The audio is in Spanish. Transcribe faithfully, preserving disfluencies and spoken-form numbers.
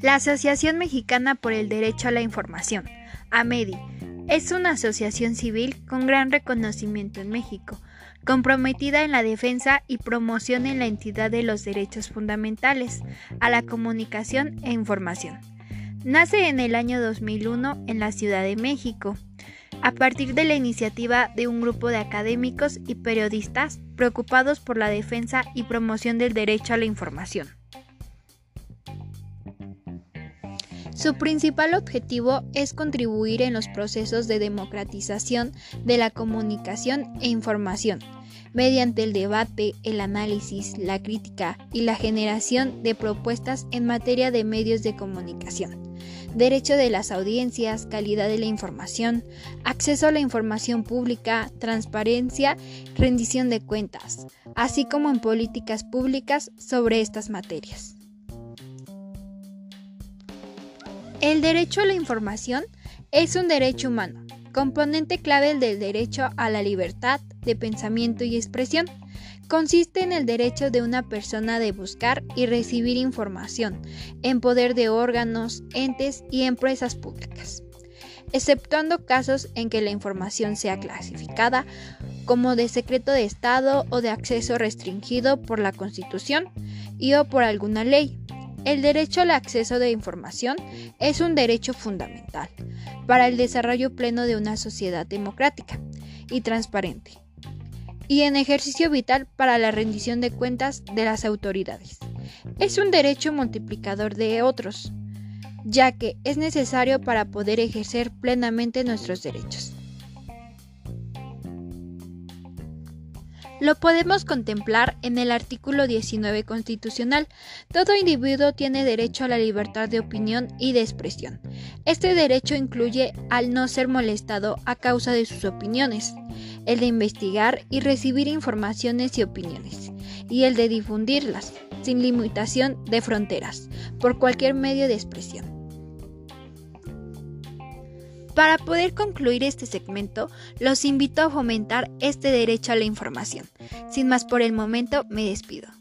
La Asociación Mexicana por el Derecho a la Información, AMEDI, es una asociación civil con gran reconocimiento en México, comprometida en la defensa y promoción en la entidad de los derechos fundamentales a la comunicación e información. Nace en el año dos mil uno en la Ciudad de México, a partir de la iniciativa de un grupo de académicos y periodistas preocupados por la defensa y promoción del derecho a la información. Su principal objetivo es contribuir en los procesos de democratización de la comunicación e información, mediante el debate, el análisis, la crítica y la generación de propuestas en materia de medios de comunicación, derecho de las audiencias, calidad de la información, acceso a la información pública, transparencia, rendición de cuentas, así como en políticas públicas sobre estas materias. El derecho a la información es un derecho humano, componente clave del derecho a la libertad de pensamiento y expresión. Consiste en el derecho de una persona de buscar y recibir información en poder de órganos, entes y empresas públicas, exceptuando casos en que la información sea clasificada como de secreto de Estado o de acceso restringido por la Constitución y o por alguna ley. El derecho al acceso de información es un derecho fundamental para el desarrollo pleno de una sociedad democrática y transparente, y en ejercicio vital para la rendición de cuentas de las autoridades. Es un derecho multiplicador de otros, ya que es necesario para poder ejercer plenamente nuestros derechos. Lo podemos contemplar en el artículo diecinueve constitucional. Todo individuo tiene derecho a la libertad de opinión y de expresión. Este derecho incluye al no ser molestado a causa de sus opiniones, el de investigar y recibir informaciones y opiniones, y el de difundirlas, sin limitación de fronteras, por cualquier medio de expresión. Para poder concluir este segmento, los invito a fomentar este derecho a la información. Sin más por el momento, me despido.